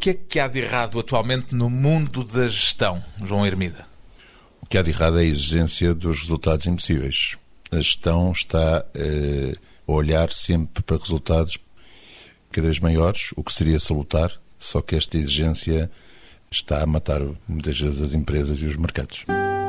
que é que há de errado atualmente no mundo da gestão, João Hermida? O que há de errado é a exigência dos resultados impossíveis. A gestão está a olhar sempre para resultados cada vez maiores, o que seria salutar, só que esta exigência está a matar muitas vezes as empresas e os mercados.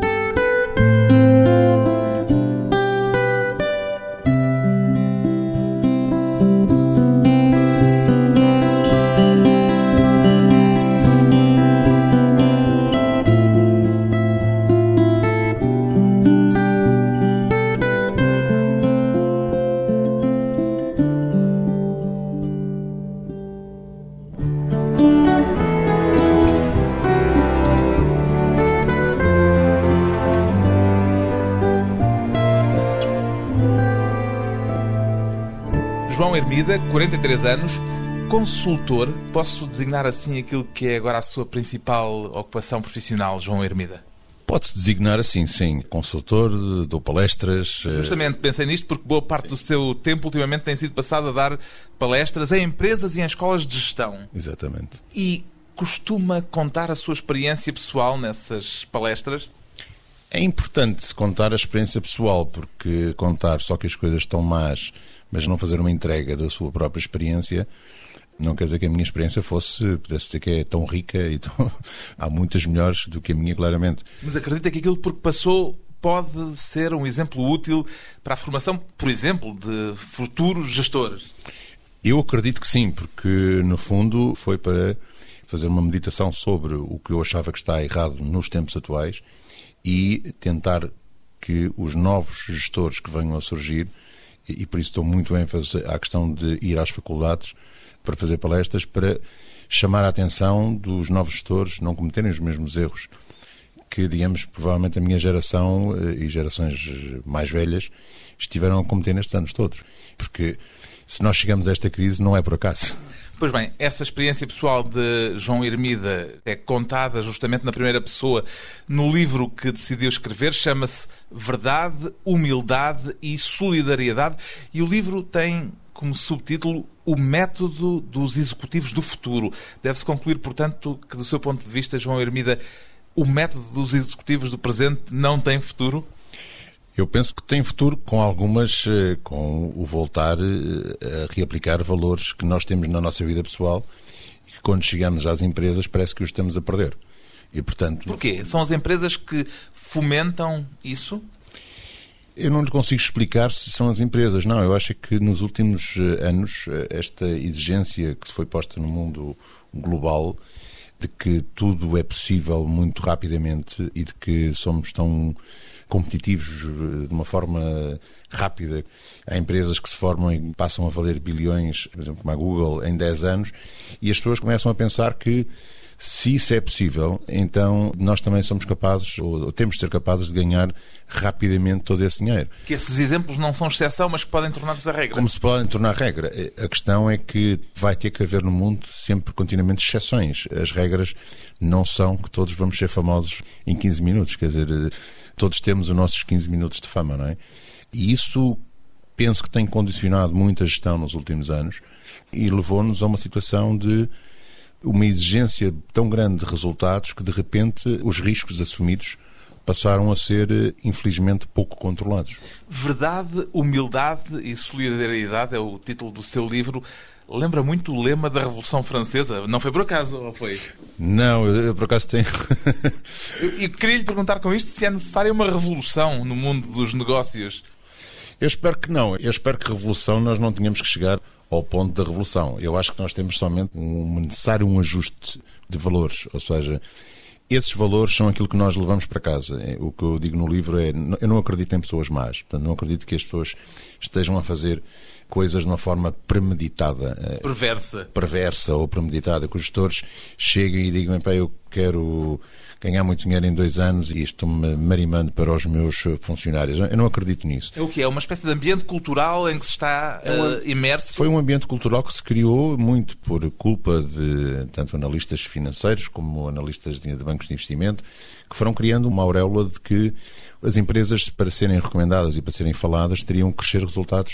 João Hermida, 43 anos, consultor. Posso designar assim aquilo que é agora a sua principal ocupação profissional, João Hermida? Pode-se designar assim, sim. Consultor, dou palestras. Justamente pensei nisto porque boa parte do seu tempo ultimamente tem sido passado a dar palestras em empresas e em escolas de gestão. Exatamente. E costuma contar a sua experiência pessoal nessas palestras? É importante contar a experiência pessoal, porque contar só que as coisas estão más, mas não fazer uma entrega da sua própria experiência, não quer dizer que a minha experiência pudesse dizer que é tão rica e há muitas melhores do que a minha, claramente. Mas acredita que aquilo por que passou pode ser um exemplo útil para a formação, por exemplo, de futuros gestores? Eu acredito que sim, porque no fundo foi para fazer uma meditação sobre o que eu achava que está errado nos tempos atuais e tentar que os novos gestores que venham a surgir, e por isso dou muito ênfase à questão de ir às faculdades para fazer palestras, para chamar a atenção dos novos gestores não cometerem os mesmos erros que, digamos, provavelmente a minha geração e gerações mais velhas estiveram a cometer nestes anos todos. Porque se nós chegamos a esta crise não é por acaso. Pois bem, essa experiência pessoal de João Hermida é contada justamente na primeira pessoa no livro que decidiu escrever, chama-se Verdade, Humildade e Solidariedade, e o livro tem como subtítulo O Método dos Executivos do Futuro. Deve-se concluir, portanto, que do seu ponto de vista, João Hermida, o método dos executivos do presente não tem futuro? Eu penso que tem futuro com o voltar a reaplicar valores que nós temos na nossa vida pessoal e que quando chegamos às empresas parece que os estamos a perder. E, portanto, porquê? São as empresas que fomentam isso? Eu não lhe consigo explicar se são as empresas. Não, eu acho que nos últimos anos esta exigência que foi posta no mundo global de que tudo é possível muito rapidamente e de que somos tão competitivos de uma forma rápida. Há empresas que se formam e passam a valer bilhões, por exemplo, como a Google, em 10 anos, e as pessoas começam a pensar que se isso é possível, então nós também somos capazes, ou temos de ser capazes de ganhar rapidamente todo esse dinheiro. Que esses exemplos não são exceção, mas que podem tornar-se a regra. Como se podem tornar regra? A questão é que vai ter que haver no mundo sempre continuamente exceções. As regras não são que todos vamos ser famosos em 15 minutos, quer dizer, todos temos os nossos 15 minutos de fama, não é? E isso penso que tem condicionado muito a gestão nos últimos anos e levou-nos a uma situação de uma exigência tão grande de resultados que, de repente, os riscos assumidos passaram a ser, infelizmente, pouco controlados. Verdade, Humildade e Solidariedade é o título do seu livro. Lembra muito o lema da Revolução Francesa. Não foi por acaso, ou foi? Não, eu por acaso tenho... E queria lhe perguntar com isto se é necessária uma revolução no mundo dos negócios. Eu espero que não. Eu espero que revolução nós não tenhamos que chegar ao ponto da revolução. Eu acho que nós temos somente necessário um ajuste de valores, ou seja, esses valores são aquilo que nós levamos para casa. O que eu digo no livro é, eu não acredito em pessoas más, portanto não acredito que as pessoas estejam a fazer coisas de uma forma premeditada. Perversa ou premeditada, que os gestores cheguem e digam, eu quero ganhar muito dinheiro em 2 anos e estou-me marimando para os meus funcionários. Eu não acredito nisso. É o que é? Uma espécie de ambiente cultural em que se está imerso? Foi um ambiente cultural que se criou muito por culpa de tanto analistas financeiros como analistas de bancos de investimento, que foram criando uma auréola de que as empresas, para serem recomendadas e para serem faladas, teriam que crescer resultados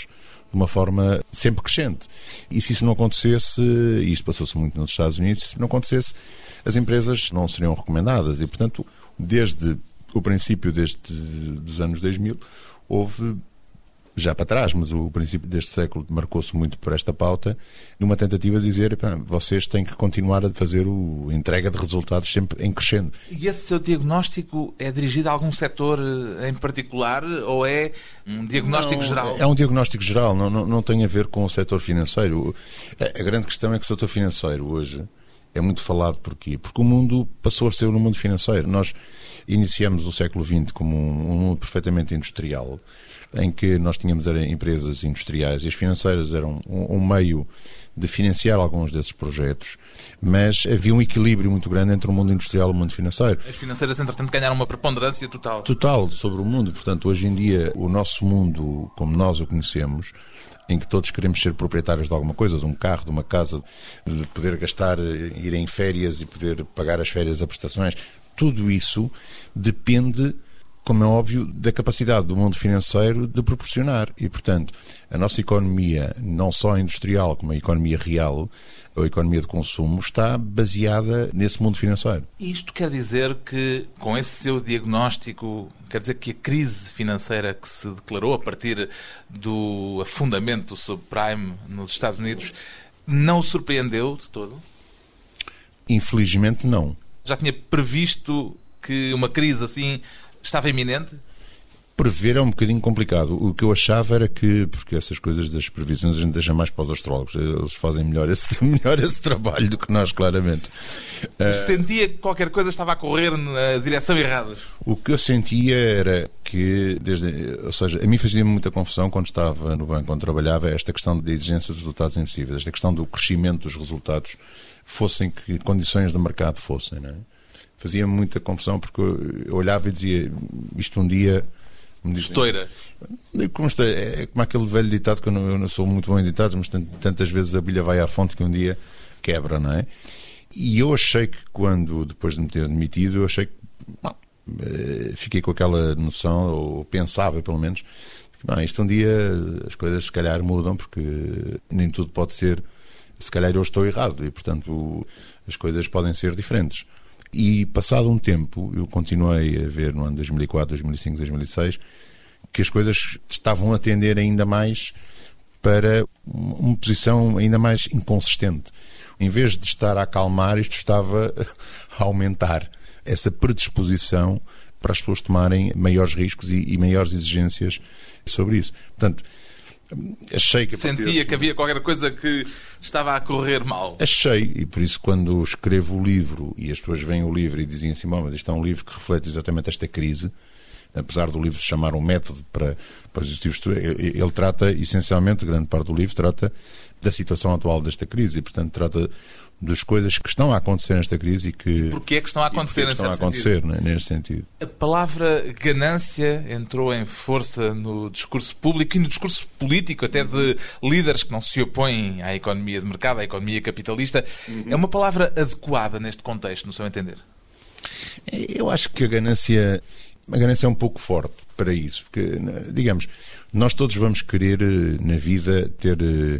de uma forma sempre crescente. E se isso não acontecesse, e isto passou-se muito nos Estados Unidos, se não acontecesse, as empresas não seriam recomendadas. E, portanto, desde o princípio dos anos 2000, houve, já para trás, mas o princípio deste século marcou-se muito por esta pauta, numa tentativa de dizer, vocês têm que continuar a fazer a entrega de resultados sempre em crescendo. E esse seu diagnóstico é dirigido a algum setor em particular ou é um diagnóstico geral? É um diagnóstico geral, não tem a ver com o setor financeiro. A grande questão é que o setor financeiro hoje é muito falado. Porquê? Porque o mundo passou a ser um mundo financeiro. Nós iniciamos o século XX como um mundo perfeitamente industrial, em que nós tínhamos empresas industriais e as financeiras eram um meio de financiar alguns desses projetos, mas havia um equilíbrio muito grande entre o mundo industrial e o mundo financeiro. As financeiras, entretanto, ganharam uma preponderância total. Total sobre o mundo. Portanto, hoje em dia, o nosso mundo, como nós o conhecemos, em que todos queremos ser proprietários de alguma coisa, de um carro, de uma casa, de poder gastar, ir em férias e poder pagar as férias a prestações, tudo isso depende, como é óbvio, da capacidade do mundo financeiro de proporcionar. E, portanto, a nossa economia, não só industrial, como a economia real, a economia de consumo, está baseada nesse mundo financeiro. E isto quer dizer que, com esse seu diagnóstico, quer dizer que a crise financeira que se declarou a partir do afundamento do subprime nos Estados Unidos não o surpreendeu de todo? Infelizmente, não. Já tinha previsto que uma crise assim estava iminente? Prever é um bocadinho complicado. O que eu achava era que, porque essas coisas das previsões a gente deixa mais para os astrólogos, eles fazem melhor esse trabalho do que nós, claramente. Mas sentia que qualquer coisa estava a correr na direção errada? O que eu sentia era que, ou seja, a mim fazia muita confusão quando estava no banco onde trabalhava esta questão da exigência dos resultados impossíveis, esta questão do crescimento dos resultados, fossem que condições de mercado fossem, não é? Fazia-me muita confusão porque eu olhava e dizia, isto um dia... Estoura. É como aquele velho ditado, que eu não sou muito bom em ditados, mas tantas vezes a bilha vai à fonte que um dia quebra, não é? E eu achei que depois de me ter demitido, eu achei que fiquei com aquela noção, ou pensava pelo menos, que isto um dia as coisas se calhar mudam, porque nem tudo pode ser, se calhar eu estou errado e portanto as coisas podem ser diferentes. E passado um tempo, eu continuei a ver no ano 2004, 2005, 2006, que as coisas estavam a tender ainda mais para uma posição ainda mais inconsistente. Em vez de estar a acalmar, isto estava a aumentar essa predisposição para as pessoas tomarem maiores riscos e maiores exigências sobre isso. Portanto, achei que... Sentia que havia qualquer coisa que estava a correr mal. Achei, e por isso quando escrevo o livro e as pessoas veem o livro e dizem assim, mas isto é um livro que reflete exatamente esta crise, apesar do livro se chamar um método para os executivos, ele trata, essencialmente, grande parte do livro trata da situação atual desta crise e, portanto, trata das coisas que estão a acontecer nesta crise e que... Porquê é que estão a acontecer neste sentido? A palavra ganância entrou em força no discurso público e no discurso político, até de líderes que não se opõem à economia de mercado, à economia capitalista. É uma palavra adequada neste contexto, no seu entender? Eu acho que a ganância é um pouco forte para isso, porque, digamos, nós todos vamos querer na vida ter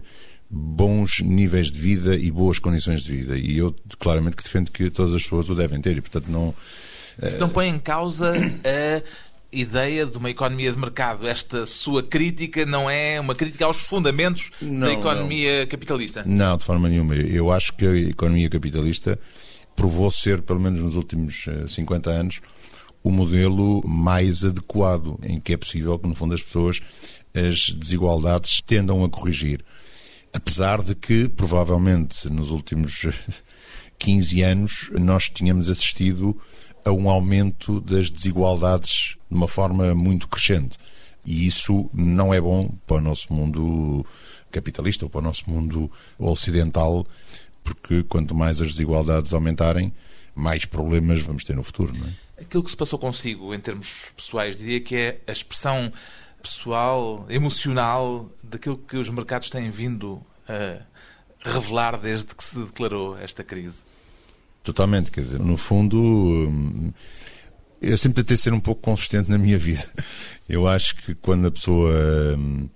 bons níveis de vida e boas condições de vida, e eu claramente que defendo que todas as pessoas o devem ter, e portanto não... Não põe em causa a ideia de uma economia de mercado. Esta sua crítica não é uma crítica aos fundamentos da economia capitalista? Não, de forma nenhuma. Eu acho que a economia capitalista provou ser, pelo menos nos últimos 50 anos, o modelo mais adequado, em que é possível que, no fundo, as pessoas, as desigualdades tendam a corrigir. Apesar de que, provavelmente, nos últimos 15 anos, nós tínhamos assistido a um aumento das desigualdades de uma forma muito crescente. E isso não é bom para o nosso mundo capitalista ou para o nosso mundo ocidental, porque quanto mais as desigualdades aumentarem, mais problemas vamos ter no futuro, não é? Aquilo que se passou consigo, em termos pessoais, diria que é a expressão pessoal, emocional, daquilo que os mercados têm vindo a revelar desde que se declarou esta crise. Totalmente, quer dizer, no fundo, eu sempre tentei ser um pouco consistente na minha vida. Eu acho que quando a pessoa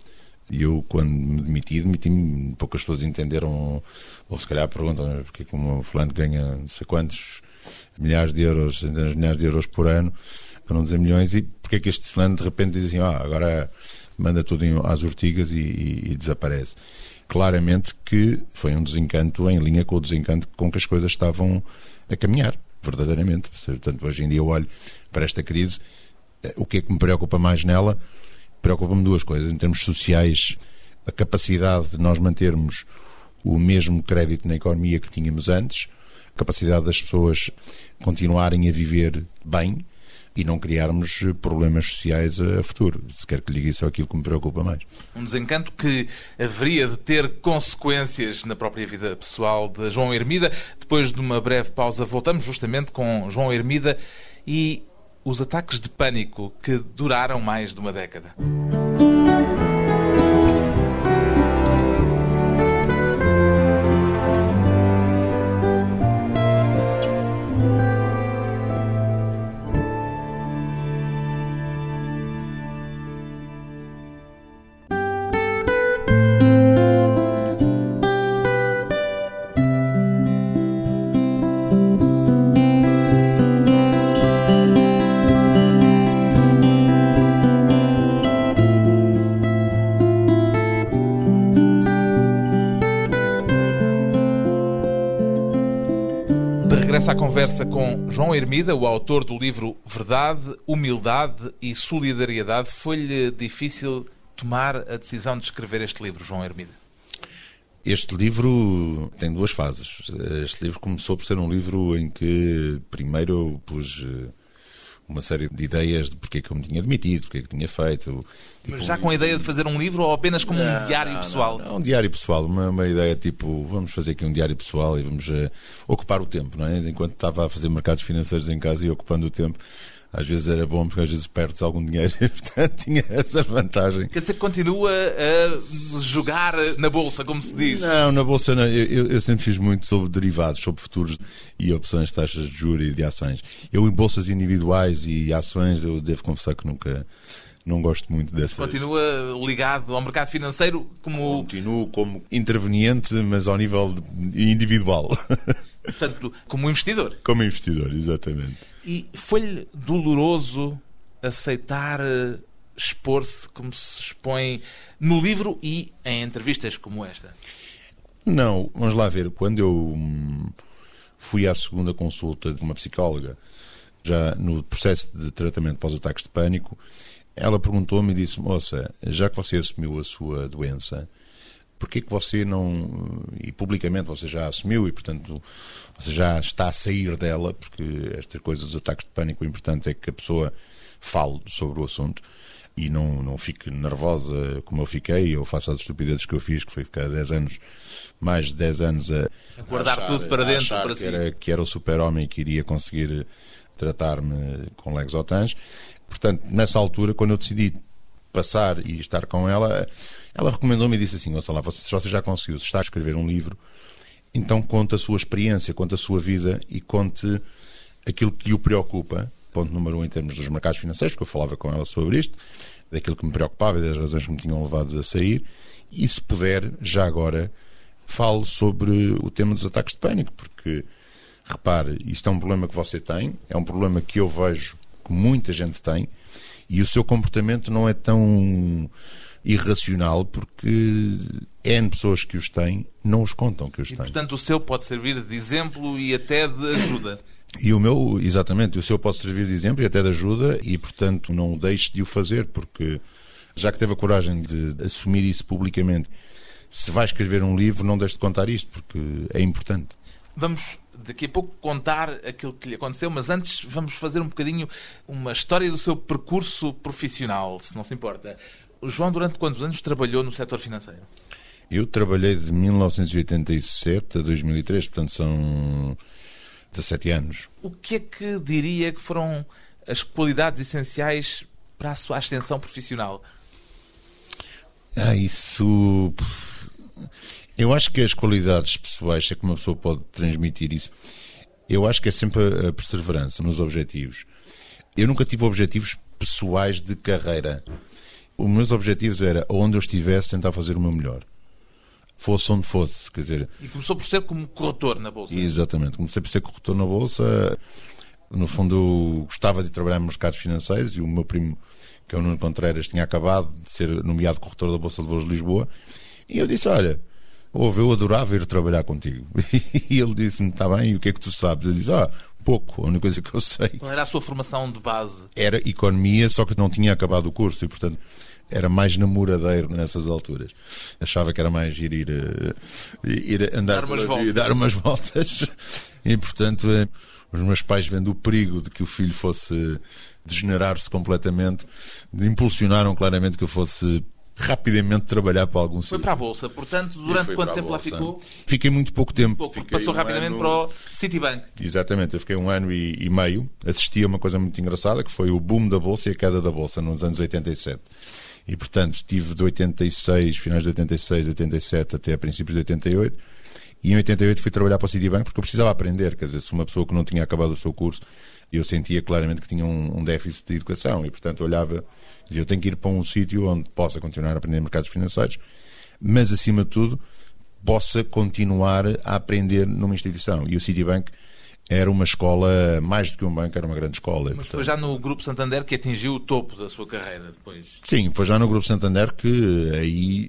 E eu, quando me demiti-me, poucas pessoas entenderam, ou se calhar perguntam porque é que um fulano ganha não sei quantos milhares de euros, centenas de milhares de euros por ano, para não dizer milhões, e porque é que este fulano de repente diz assim, agora manda tudo às ortigas e desaparece. Claramente que foi um desencanto em linha com o desencanto com que as coisas estavam a caminhar, verdadeiramente. Portanto, hoje em dia eu olho para esta crise, o que é que me preocupa mais nela? Preocupa-me duas coisas. Em termos sociais, a capacidade de nós mantermos o mesmo crédito na economia que tínhamos antes, a capacidade das pessoas continuarem a viver bem e não criarmos problemas sociais a futuro. Se quer que lhe diga, isso é aquilo que me preocupa mais. Um desencanto que haveria de ter consequências na própria vida pessoal de João Hermida. Depois de uma breve pausa, voltamos justamente com João Hermida e os ataques de pânico que duraram mais de uma década. Regressa à conversa com João Hermida, o autor do livro Verdade, Humildade e Solidariedade. Foi-lhe difícil tomar a decisão de escrever este livro, João Hermida? Este livro tem duas fases. Este livro começou por ser um livro em que primeiro eu pus uma série de ideias de porque é que eu me tinha demitido, porque é que tinha feito. Mas já com a ideia de fazer um livro ou apenas como um diário pessoal? Não, um diário pessoal, uma ideia tipo, vamos fazer aqui um diário pessoal e vamos ocupar o tempo, não é? Enquanto estava a fazer mercados financeiros em casa e ocupando o tempo, às vezes era bom porque às vezes perdes algum dinheiro e portanto tinha essa vantagem. Quer dizer que continua a jogar na bolsa, como se diz? Não, na bolsa não. Eu sempre fiz muito sobre derivados, sobre futuros e opções, taxas de juros e de ações. Eu em bolsas individuais e ações, eu devo confessar que nunca... Não gosto muito dessa... Continua ligado ao mercado financeiro como... Continuo como interveniente, mas ao nível individual. Portanto, como investidor. Como investidor, exatamente. E foi-lhe doloroso aceitar expor-se como se expõe no livro e em entrevistas como esta? Não, vamos lá ver. Quando eu fui à segunda consulta de uma psicóloga, já no processo de tratamento pós-ataques de pânico, ela perguntou-me e disse: moça, já que você assumiu a sua doença, porquê que você não... E publicamente você já assumiu e, portanto, você já está a sair dela, porque estas coisas, os ataques de pânico, o importante é que a pessoa fale sobre o assunto e não fique nervosa como eu fiquei, ou faça as estupidezes que eu fiz, que foi ficar 10 anos, mais de 10 anos a guardar tudo para dentro, para si. Que era o super-homem que iria conseguir tratar-me com Lexotans. Portanto, nessa altura, quando eu decidi passar e estar com ela, ela recomendou-me e disse assim: ouça lá, se você já conseguiu, se está a escrever um livro, então conte a sua experiência, conte a sua vida e conte aquilo que o preocupa. Ponto número 1 em termos dos mercados financeiros, que eu falava com ela sobre isto, daquilo que me preocupava e das razões que me tinham levado a sair, e se puder, já agora, fale sobre o tema dos ataques de pânico, porque, repare, isto é um problema que você tem, é um problema que eu vejo que muita gente tem, e o seu comportamento não é tão irracional, porque N pessoas que os têm não os contam que os têm. Portanto, o seu pode servir de exemplo e até de ajuda. E o meu, exatamente, o seu pode servir de exemplo e até de ajuda, e portanto não deixe de o fazer, porque já que teve a coragem de assumir isso publicamente, se vai escrever um livro, não deixe de contar isto, porque é importante. Vamos daqui a pouco contar aquilo que lhe aconteceu, mas antes vamos fazer um bocadinho uma história do seu percurso profissional, se não se importa. O João, durante quantos anos trabalhou no setor financeiro? Eu trabalhei de 1987 a 2003, portanto são 17 anos. O que é que diria que foram as qualidades essenciais para a sua ascensão profissional? Isso... Eu acho que as qualidades pessoais, se é que uma pessoa pode transmitir isso, eu acho que é sempre a perseverança nos objetivos. Eu nunca tive objetivos pessoais de carreira. Os meus objetivos era, onde eu estivesse, tentar fazer o meu melhor. Fosse onde fosse, quer dizer... E começou por ser como corretor na Bolsa. Exatamente, comecei por ser corretor na Bolsa. No fundo, gostava de trabalhar em mercados financeiros e o meu primo, que é o Nuno Contreiras, tinha acabado de ser nomeado corretor da Bolsa de Valores de Lisboa. E eu disse, olha, eu adorava ir trabalhar contigo. E ele disse-me, está bem, e o que é que tu sabes? Eu disse, pouco, a única coisa que eu sei... Qual era a sua formação de base? Era economia, só que não tinha acabado o curso e, portanto, era mais namoradeiro nessas alturas. Achava que era mais ir andar dar umas voltas. E, portanto, os meus pais, vendo o perigo de que o filho fosse degenerar-se completamente, impulsionaram claramente que eu fosse rapidamente trabalhar para algum sítio. Foi para a Bolsa, portanto, durante quanto tempo lá ficou? Fiquei muito pouco tempo. Passou rapidamente para o Citibank. Exatamente, eu fiquei 1 ano e meio, assisti a uma coisa muito engraçada, que foi o boom da Bolsa e a queda da Bolsa nos anos 87. E, portanto, estive de 86, finais de 86, 87 até a princípios de 88, e em 88 fui trabalhar para o Citibank porque eu precisava aprender, quer dizer, se uma pessoa que não tinha acabado o seu curso, eu sentia claramente que tinha um déficit de educação e, portanto, olhava, dizia, eu tenho que ir para um sítio onde possa continuar a aprender mercados financeiros, mas, acima de tudo, possa continuar a aprender numa instituição. E o Citibank era uma escola, mais do que um banco, era uma grande escola. Mas foi já no Grupo Santander que atingiu o topo da sua carreira depois? Sim, foi já no Grupo Santander que aí,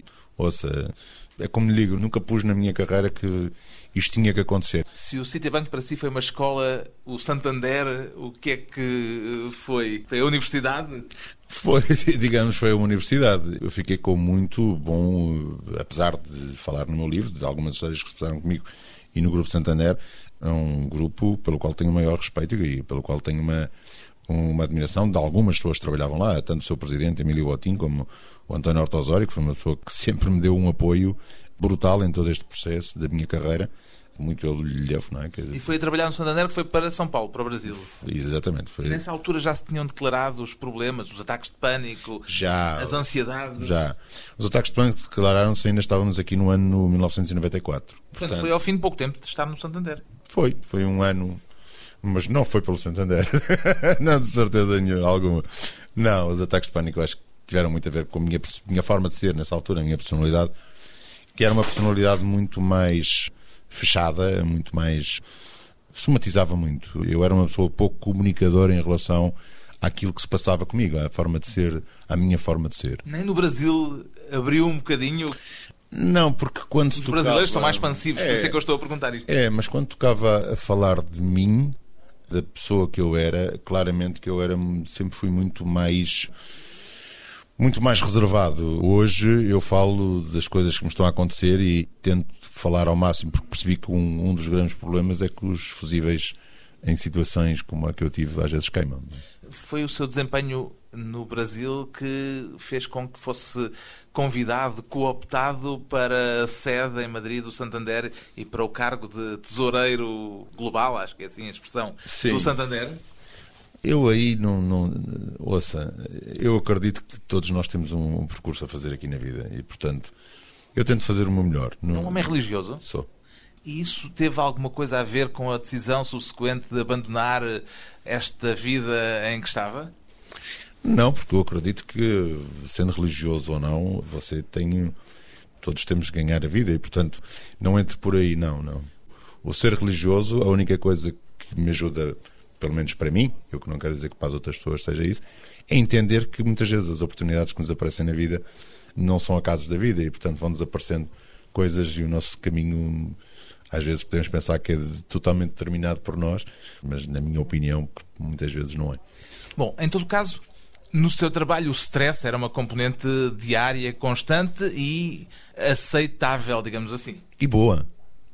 é como lhe digo, nunca pus na minha carreira que isto tinha que acontecer. Se o Citibank para si foi uma escola, o Santander, o que é que foi? Foi a universidade? Foi, digamos, foi uma universidade. Eu fiquei com muito bom, apesar de falar no meu livro, de algumas histórias que estudaram comigo e no Grupo Santander, é um grupo pelo qual tenho o maior respeito e pelo qual tenho uma admiração de algumas pessoas que trabalhavam lá, tanto o seu presidente, Emílio Botim, como o António Horta Osório, que foi uma pessoa que sempre me deu um apoio brutal em todo este processo da minha carreira. Muito eu lhe devo, não é? E foi a trabalhar no Santander que foi para São Paulo, para o Brasil. Exatamente. E nessa altura já se tinham declarado os problemas, os ataques de pânico, as ansiedades? Já. Os ataques de pânico declararam-se, ainda estávamos aqui no ano 1994. Portanto, foi ao fim de pouco tempo de estar no Santander. Foi 1 ano, mas não foi pelo Santander. Não, de certeza alguma. Não, os ataques de pânico eu acho que tiveram muito a ver com a minha forma de ser nessa altura, a minha personalidade, que era uma personalidade muito mais fechada, muito mais... somatizava muito. Eu era uma pessoa pouco comunicadora em relação àquilo que se passava comigo, à forma de ser, à minha forma de ser. Nem no Brasil abriu um bocadinho? Não, porque quando os brasileiros são mais expansivos, por isso é que eu estou a perguntar isto. Mas quando tocava a falar de mim, da pessoa que eu era, claramente que eu sempre fui muito mais reservado. Hoje eu falo das coisas que me estão a acontecer e tento falar ao máximo, porque percebi que um dos grandes problemas é que os fusíveis em situações como a que eu tive às vezes queimam. Foi o seu desempenho no Brasil que fez com que fosse convidado, cooptado para a sede em Madrid do Santander e para o cargo de tesoureiro global, acho que é assim a expressão, sim, do Santander? Eu aí ouça, eu acredito que todos nós temos um percurso a fazer aqui na vida e, portanto, eu tento fazer o meu melhor. É um homem religioso? Sou. E isso teve alguma coisa a ver com a decisão subsequente de abandonar esta vida em que estava? Não, porque eu acredito que, sendo religioso ou não, todos temos que ganhar a vida e, portanto, não entre por aí, não. O ser religioso, a única coisa que me ajuda, pelo menos para mim, eu que não quero dizer que para as outras pessoas seja isso, é entender que muitas vezes as oportunidades que nos aparecem na vida não são acasos da vida e, portanto, vão desaparecendo coisas e o nosso caminho, às vezes podemos pensar que é totalmente determinado por nós, mas na minha opinião, muitas vezes não é. Bom, em todo caso, no seu trabalho o stress era uma componente diária, constante e aceitável, digamos assim. E boa.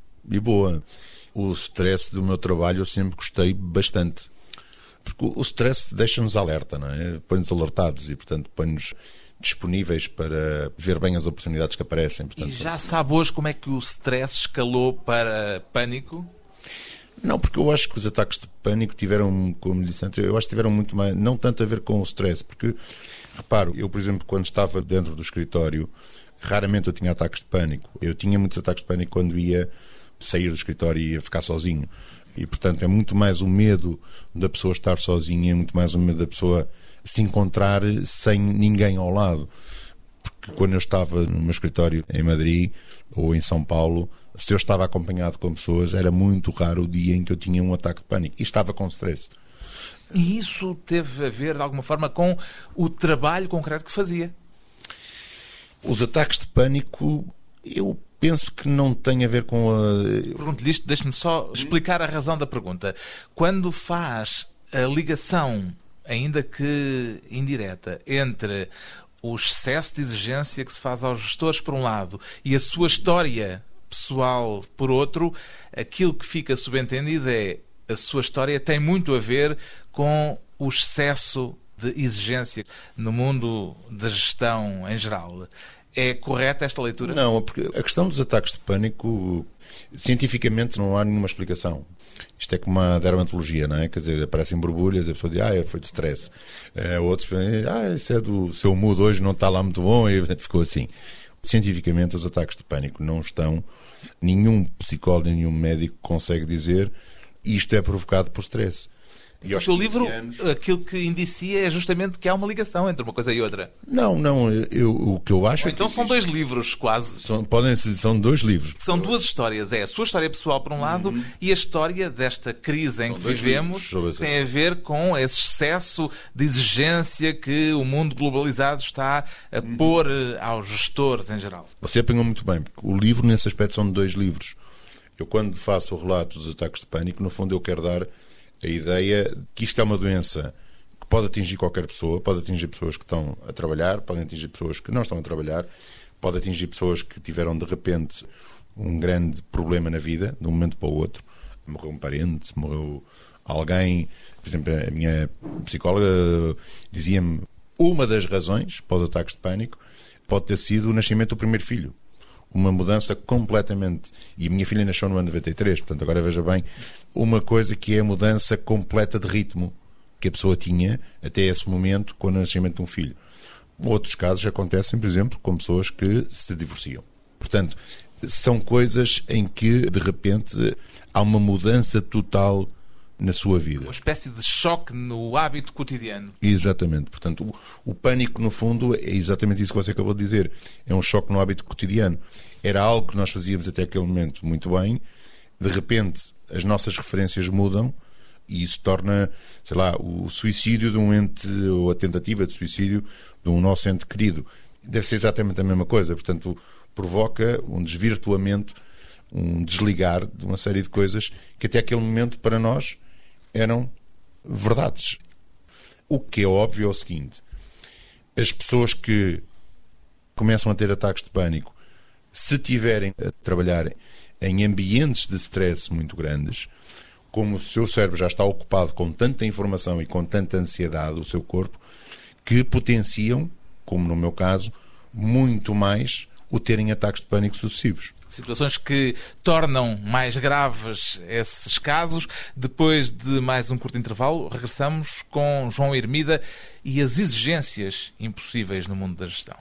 O stress do meu trabalho eu sempre gostei bastante. Porque o stress deixa-nos alerta, não é? Põe-nos alertados e, portanto, põe-nos disponíveis para ver bem as oportunidades que aparecem. Portanto, e já sabe hoje como é que o stress escalou para pânico? Não, porque eu acho que os ataques de pânico tiveram, como lhe disse antes, eu acho que tiveram muito mais, não tanto a ver com o stress, porque, reparo, eu, por exemplo, quando estava dentro do escritório, raramente eu tinha ataques de pânico. Eu tinha muitos ataques de pânico quando ia sair do escritório e ia ficar sozinho. E, portanto, é muito mais o medo da pessoa estar sozinha, é muito mais o medo da pessoa se encontrar sem ninguém ao lado. Porque quando eu estava no meu escritório em Madrid ou em São Paulo, se eu estava acompanhado com pessoas, era muito raro o dia em que eu tinha um ataque de pânico. E estava com stress. E isso teve a ver, de alguma forma, com o trabalho concreto que fazia? Os ataques de pânico, eu penso que não tem a ver com a... Pergunto-lhe isto, deixe-me só explicar a razão da pergunta. Quando faz a ligação, ainda que indireta, entre o excesso de exigência que se faz aos gestores, por um lado, e a sua história pessoal, por outro, aquilo que fica subentendido é a sua história tem muito a ver com o excesso de exigência no mundo da gestão em geral. É correta esta leitura? Não, porque a questão dos ataques de pânico, cientificamente não há nenhuma explicação. Isto é como a dermatologia, não é? Quer dizer, aparecem borbulhas, a pessoa diz, foi de stress. Outros dizem, isso é do seu mood hoje, não está lá muito bom, e ficou assim. Cientificamente, os ataques de pânico não estão... Nenhum psicólogo, nenhum médico consegue dizer isto é provocado por stress. E o seu livro, aquilo que indicia é justamente que há uma ligação entre uma coisa e outra. Não, o que eu acho... Ou então são dois livros, quase. São dois livros. São duas histórias. É a sua história pessoal, por um lado, e a história desta crise em que vivemos tem a ver com esse excesso de exigência que o mundo globalizado está a pôr aos gestores em geral. Você apanhou muito bem, porque o livro, nesse aspecto, são dois livros. Eu, quando faço o relato dos ataques de pânico, no fundo eu quero dar a ideia que isto é uma doença que pode atingir qualquer pessoa, pode atingir pessoas que estão a trabalhar, pode atingir pessoas que não estão a trabalhar, pode atingir pessoas que tiveram de repente um grande problema na vida, de um momento para o outro. Morreu um parente, morreu alguém. Por exemplo, a minha psicóloga dizia-me uma das razões para os ataques de pânico pode ter sido o nascimento do primeiro filho. Uma mudança completamente... E a minha filha nasceu no ano 93, portanto, agora veja bem, uma coisa que é a mudança completa de ritmo que a pessoa tinha até esse momento com o nascimento de um filho. Outros casos acontecem, por exemplo, com pessoas que se divorciam. Portanto, são coisas em que, de repente, há uma mudança total na sua vida. Uma espécie de choque no hábito cotidiano. Exatamente. Portanto, o pânico, no fundo, é exatamente isso que você acabou de dizer. É um choque no hábito cotidiano. Era algo que nós fazíamos até aquele momento muito bem. De repente, as nossas referências mudam e isso torna, sei lá, o suicídio de um ente, ou a tentativa de suicídio de um nosso ente querido. Deve ser exatamente a mesma coisa. Portanto, provoca um desvirtuamento, um desligar de uma série de coisas que até aquele momento, para nós, eram verdades. O que é óbvio é o seguinte: as pessoas que começam a ter ataques de pânico, se tiverem a trabalhar em ambientes de stress muito grandes, como o seu cérebro já está ocupado com tanta informação e com tanta ansiedade, o seu corpo, que potenciam, como no meu caso, muito mais o terem ataques de pânico sucessivos. Situações que tornam mais graves esses casos. Depois de mais um curto intervalo, regressamos com João Hermida e as exigências impossíveis no mundo da gestão.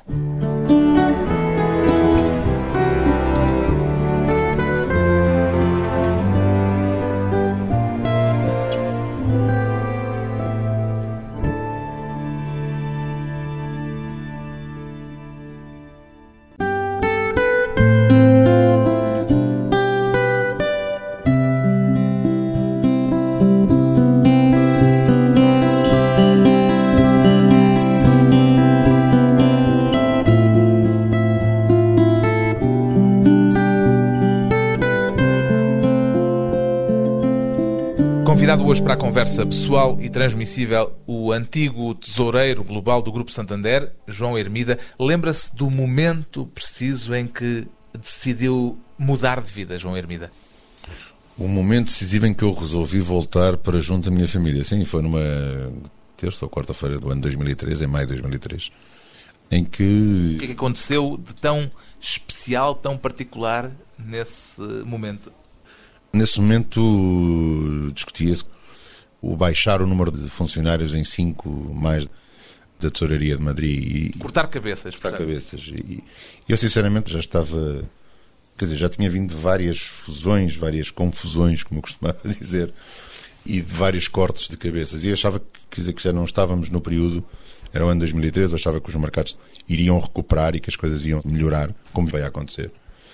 Convidado hoje para a conversa pessoal e transmissível, o antigo tesoureiro global do Grupo Santander, João Hermida. Lembra-se do momento preciso em que decidiu mudar de vida, João Hermida? O momento decisivo em que eu resolvi voltar para junto da minha família. Sim, foi numa terça ou quarta-feira do ano 2003, em maio de 2003, em que... O que é que aconteceu de tão especial, tão particular nesse momento? Nesse momento discutia-se o baixar o número de funcionários em 5 mais da Tesouraria de Madrid. Cortar cabeças. Cortar cabeças. E eu, sinceramente, já estava Quer dizer, já tinha vindo de várias fusões, várias confusões, como eu costumava dizer, e de vários cortes de cabeças. E achava que já não estávamos no período, era o ano 2013, eu achava que os mercados iriam recuperar e que as coisas iam melhorar, como veio a acontecer.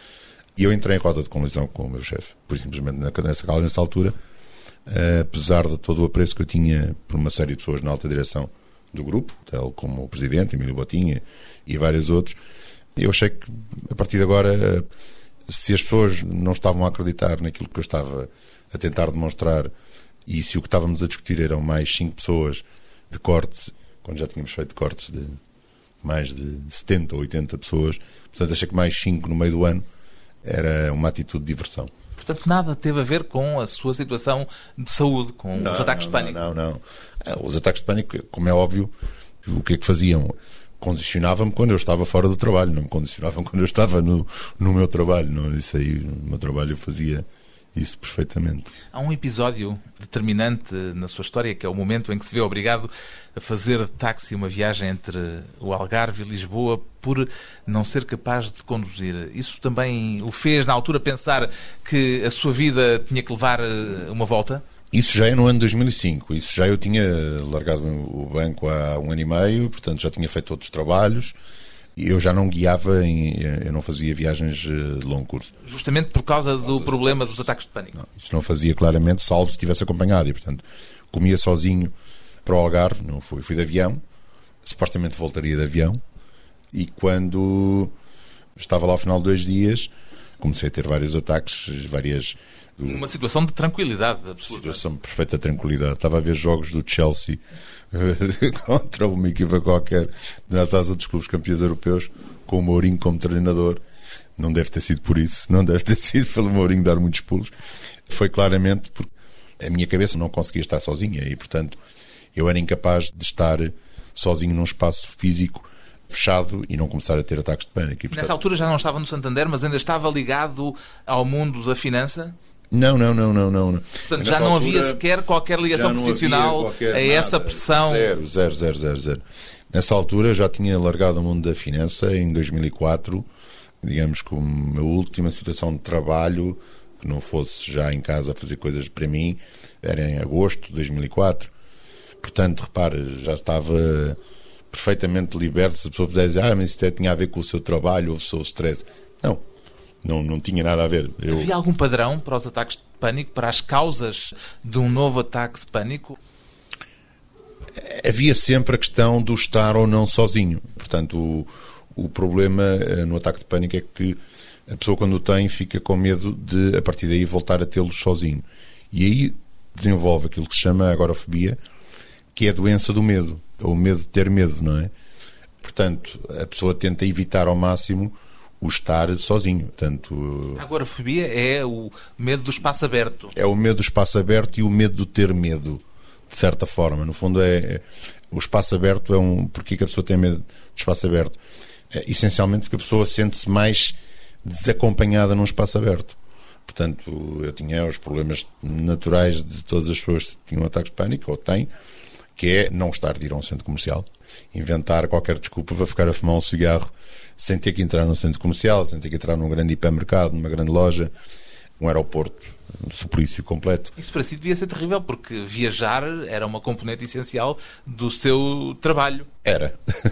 E eu entrei em rota de colisão com o meu chefe, por simplesmente nessa altura, apesar de todo o apreço que eu tinha por uma série de pessoas na alta direção do grupo, tal como o presidente, Emílio Botinha, e vários outros, eu achei que, a partir de agora, se as pessoas não estavam a acreditar naquilo que eu estava a tentar demonstrar e se o que estávamos a discutir eram mais 5 pessoas de corte, quando já tínhamos feito cortes de mais de 70 ou 80 pessoas, portanto achei que mais 5 no meio do ano era uma atitude de diversão. Portanto, nada teve a ver com a sua situação de saúde, com os ataques de pânico? Não. Os ataques de pânico, como é óbvio, o que é que faziam? Condicionava-me quando eu estava fora do trabalho, não me condicionavam quando eu estava no meu trabalho. Não, isso aí, no meu trabalho eu fazia isso perfeitamente. Há um episódio determinante na sua história, que é o momento em que se vê obrigado a fazer de táxi uma viagem entre o Algarve e Lisboa por não ser capaz de conduzir. Isso também o fez, na altura, pensar que a sua vida tinha que levar uma volta? Isso já é no ano 2005. Isso já eu tinha largado o banco há 1 ano e meio, portanto já tinha feito outros trabalhos. Eu já não guiava, eu não fazia viagens de longo curso. Justamente por causa do problema dos ataques de pânico? Não, isso não fazia claramente, salvo se estivesse acompanhado. E, portanto, comia sozinho para o Algarve, não fui de avião, supostamente voltaria de avião, e quando estava lá ao final de 2 dias, comecei a ter vários ataques, Uma situação de tranquilidade absoluta. Situação de perfeita tranquilidade. Estava a ver jogos do Chelsea contra uma equipa qualquer na taça dos clubes campeões europeus, com o Mourinho como treinador. Não deve ter sido por isso, não deve ter sido pelo Mourinho dar muitos pulos. Foi claramente porque a minha cabeça não conseguia estar sozinha e, portanto, eu era incapaz de estar sozinho num espaço físico fechado e não começar a ter ataques de pânico. E, portanto, nessa altura já não estava no Santander, mas ainda estava ligado ao mundo da finança? Não. Portanto, já não havia sequer qualquer ligação profissional a essa pressão? Zero. Nessa altura já tinha largado o mundo da finança em 2004, digamos que a minha última situação de trabalho, que não fosse já em casa a fazer coisas para mim, era em agosto de 2004. Portanto, repare, já estava perfeitamente liberto. Se a pessoa puder dizer, mas isso tinha a ver com o seu trabalho ou o seu stress. Não tinha nada a ver. Havia algum padrão para os ataques de pânico, para as causas de um novo ataque de pânico? Havia sempre a questão do estar ou não sozinho. Portanto, o problema no ataque de pânico é que a pessoa, quando o tem, fica com medo de, a partir daí, voltar a tê-lo sozinho. E aí desenvolve aquilo que se chama agorafobia, que é a doença do medo, ou o medo de ter medo, não é? Portanto, a pessoa tenta evitar ao máximo o estar sozinho. Portanto, a agorafobia é o medo do espaço aberto. É o medo do espaço aberto e o medo de ter medo, de certa forma. No fundo, o espaço aberto é Porquê que a pessoa tem medo do espaço aberto? Essencialmente porque a pessoa sente-se mais desacompanhada num espaço aberto. Portanto, eu tinha os problemas naturais de todas as pessoas que tinham ataques de pânico, ou têm, que é não gostar de ir a um centro comercial, inventar qualquer desculpa para ficar a fumar um cigarro sem ter que entrar num centro comercial, sem ter que entrar num grande hipermercado, numa grande loja, um aeroporto, um suplício completo. Isso para si devia ser terrível, porque viajar era uma componente essencial do seu trabalho. Era.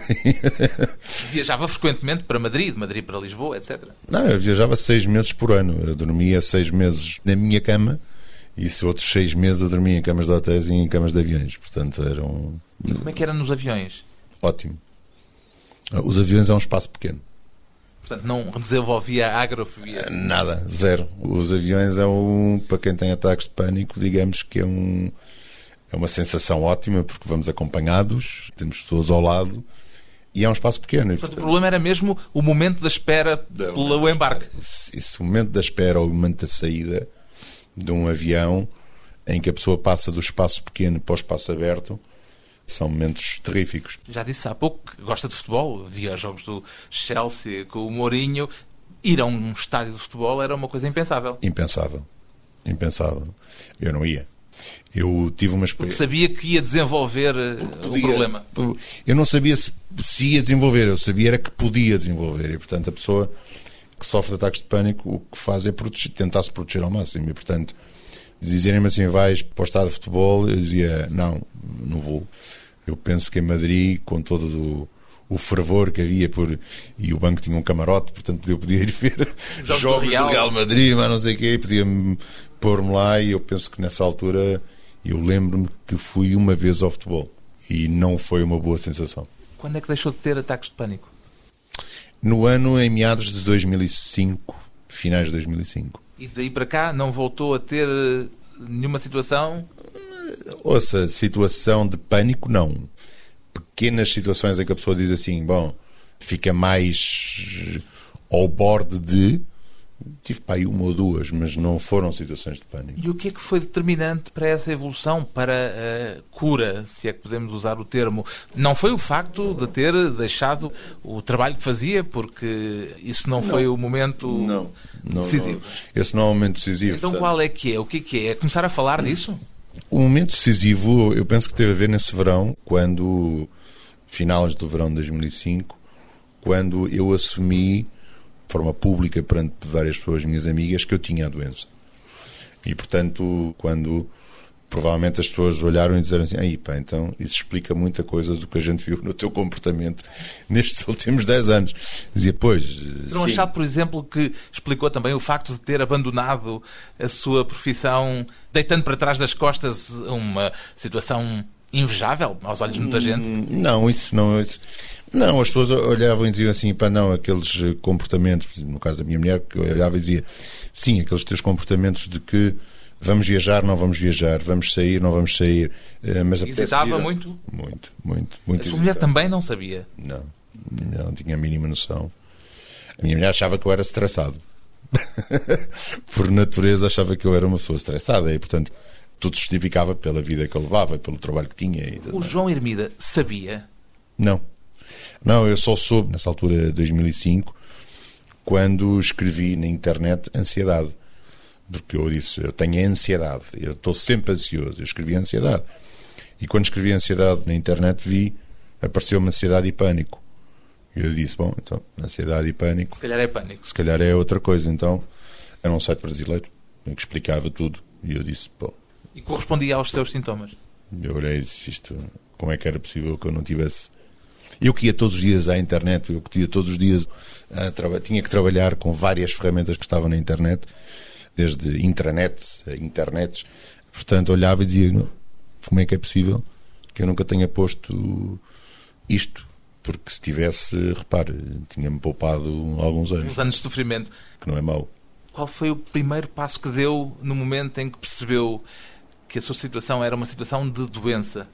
Viajava frequentemente para Madrid para Lisboa, etc. Não, eu viajava 6 meses por ano. Eu dormia 6 meses na minha cama e se outros 6 meses eu dormia em camas de hotéis e em camas de aviões. Portanto, E como é que era nos aviões? Ótimo. Os aviões é um espaço pequeno. Portanto, não desenvolvia a agrofobia? Nada, zero. Os aviões para quem tem ataques de pânico, digamos que é uma sensação ótima, porque vamos acompanhados, temos pessoas ao lado, e é um espaço pequeno. Portanto, o problema era mesmo o momento da espera pelo embarque. Esse momento da espera ou o momento da saída de um avião, em que a pessoa passa do espaço pequeno para o espaço aberto, são momentos terríficos. Já disse há pouco que gosta de futebol, via jogos do Chelsea com o Mourinho. Ir a um estádio de futebol era uma coisa impensável. Impensável. Eu não ia. Eu tive uma experiência... Porque sabia que ia desenvolver o problema. Eu não sabia se ia desenvolver, eu sabia era que podia desenvolver. E, portanto, a pessoa que sofre de ataques de pânico, o que faz é tentar se proteger ao máximo. E, portanto, dizerem-me assim, vais para o estádio de futebol, eu dizia, não vou. Eu penso que em Madrid, com todo o fervor que havia e o banco tinha um camarote, portanto eu podia ir ver jogos do Real Madrid, mas não sei o quê, podia-me pôr-me lá, e eu penso que nessa altura eu lembro-me que fui uma vez ao futebol e não foi uma boa sensação. Quando é que deixou de ter ataques de pânico? No ano, em meados de 2005, finais de 2005. E daí para cá não voltou a ter nenhuma situação? Ouça, situação de pânico, não. Pequenas situações em que a pessoa diz assim, bom, fica mais ao borde de... Tive para aí uma ou duas, mas não foram situações de pânico. E o que é que foi determinante para essa evolução, para a cura, se é que podemos usar o termo? Não foi o facto de ter deixado o trabalho que fazia, porque isso não foi o momento decisivo? Não. Esse não é o momento decisivo. Então qual é que é? O que é? É começar a falar disso? O momento decisivo, eu penso que teve a ver nesse verão, finais do verão de 2005, quando eu assumi de forma pública perante várias pessoas, minhas amigas, que eu tinha a doença. E, portanto, quando provavelmente as pessoas olharam e disseram assim, então isso explica muita coisa do que a gente viu no teu comportamento nestes últimos 10 anos. Dizia, pois... Não achado, por exemplo, que explicou também o facto de ter abandonado a sua profissão, deitando para trás das costas uma situação invejável aos olhos de muita gente? Não, isso não... Não, as pessoas olhavam e diziam assim, aqueles comportamentos, no caso da minha mulher, que eu olhava e dizia, sim, aqueles teus comportamentos de que vamos viajar, não vamos viajar, vamos sair, não vamos sair. Mas hesitava muito? Muito. A sua mulher também não sabia? Não tinha a mínima noção. A minha mulher achava que eu era estressado. Por natureza achava que eu era uma pessoa estressada e, portanto, tudo justificava pela vida que eu levava, pelo trabalho que tinha. O João Hermida sabia? Não, eu só soube, nessa altura de 2005, quando escrevi na internet ansiedade. Porque eu disse, eu tenho ansiedade, eu estou sempre ansioso. Eu escrevi ansiedade. E quando escrevi ansiedade na internet, apareceu-me ansiedade e pânico. E eu disse, então, ansiedade e pânico... Se calhar é pânico. Se calhar é outra coisa. Então, era um site brasileiro que explicava tudo. E eu disse, E correspondia aos seus sintomas? Eu olhei e disse, como é que era possível que eu não tivesse... Eu que ia todos os dias à internet, tinha que trabalhar com várias ferramentas que estavam na internet, desde intranets a internets. Portanto, olhava e dizia, como é que é possível que eu nunca tenha posto isto? Porque se tivesse, repare, tinha-me poupado alguns anos. Uns anos de sofrimento. Que não é mau. Qual foi o primeiro passo que deu no momento em que percebeu que a sua situação era uma situação de doença?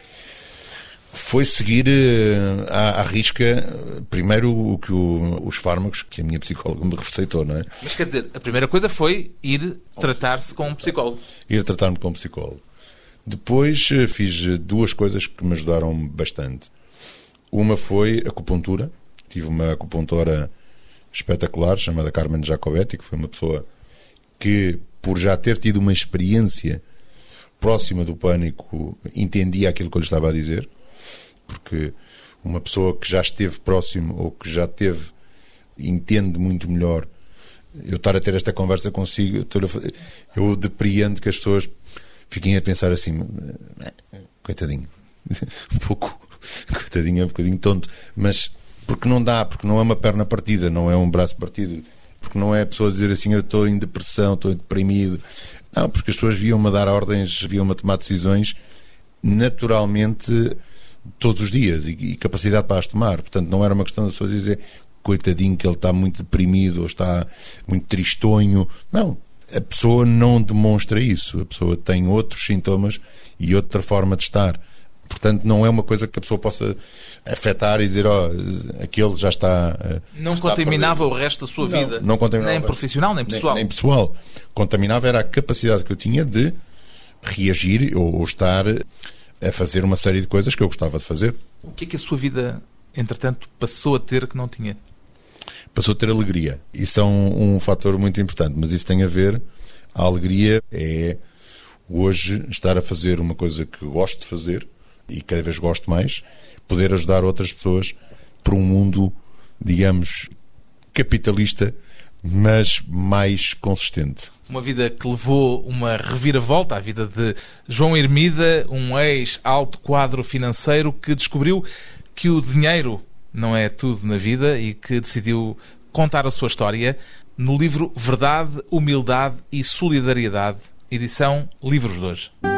Foi seguir à risca, primeiro, os fármacos que a minha psicóloga me receitou, não é? Mas quer dizer, a primeira coisa foi ir tratar-se com um psicólogo. Ir tratar-me com um psicólogo. Depois fiz duas coisas que me ajudaram bastante. Uma foi acupuntura. Tive uma acupuntora espetacular, chamada Carmen Jacobetti, que foi uma pessoa que, por já ter tido uma experiência próxima do pânico, entendia aquilo que eu lhe estava a dizer. Porque uma pessoa que já esteve próximo ou que já teve, entende muito melhor. Eu estar a ter esta conversa consigo, eu depreendo que as pessoas fiquem a pensar assim, coitadinho, um bocadinho tonto, mas porque não dá, porque não é uma perna partida, não é um braço partido, porque não é a pessoa dizer assim, eu estou em depressão, estou deprimido. Não, porque as pessoas viam-me a dar ordens, viam-me a tomar decisões naturalmente todos os dias e capacidade para as tomar. Portanto, não era uma questão das pessoas dizer coitadinho que ele está muito deprimido ou está muito tristonho. Não, a pessoa não demonstra isso. A pessoa tem outros sintomas e outra forma de estar. Portanto, não é uma coisa que a pessoa possa afetar e dizer, aquele já está... Não contaminava o resto da sua vida. Não contaminava. Nem profissional, nem pessoal. Nem pessoal. Contaminava era a capacidade que eu tinha de reagir ou estar a fazer uma série de coisas que eu gostava de fazer. O que é que a sua vida, entretanto, passou a ter que não tinha? Passou a ter alegria. Isso é um fator muito importante, mas isso tem a ver... A alegria é hoje estar a fazer uma coisa que gosto de fazer e cada vez gosto mais, poder ajudar outras pessoas por um mundo, digamos, capitalista, mas mais consistente. Uma vida que levou uma reviravolta, a vida de João Hermida, um ex-alto quadro financeiro que descobriu que o dinheiro não é tudo na vida e que decidiu contar a sua história no livro Verdade, Humildade e Solidariedade, edição Livros de Hoje.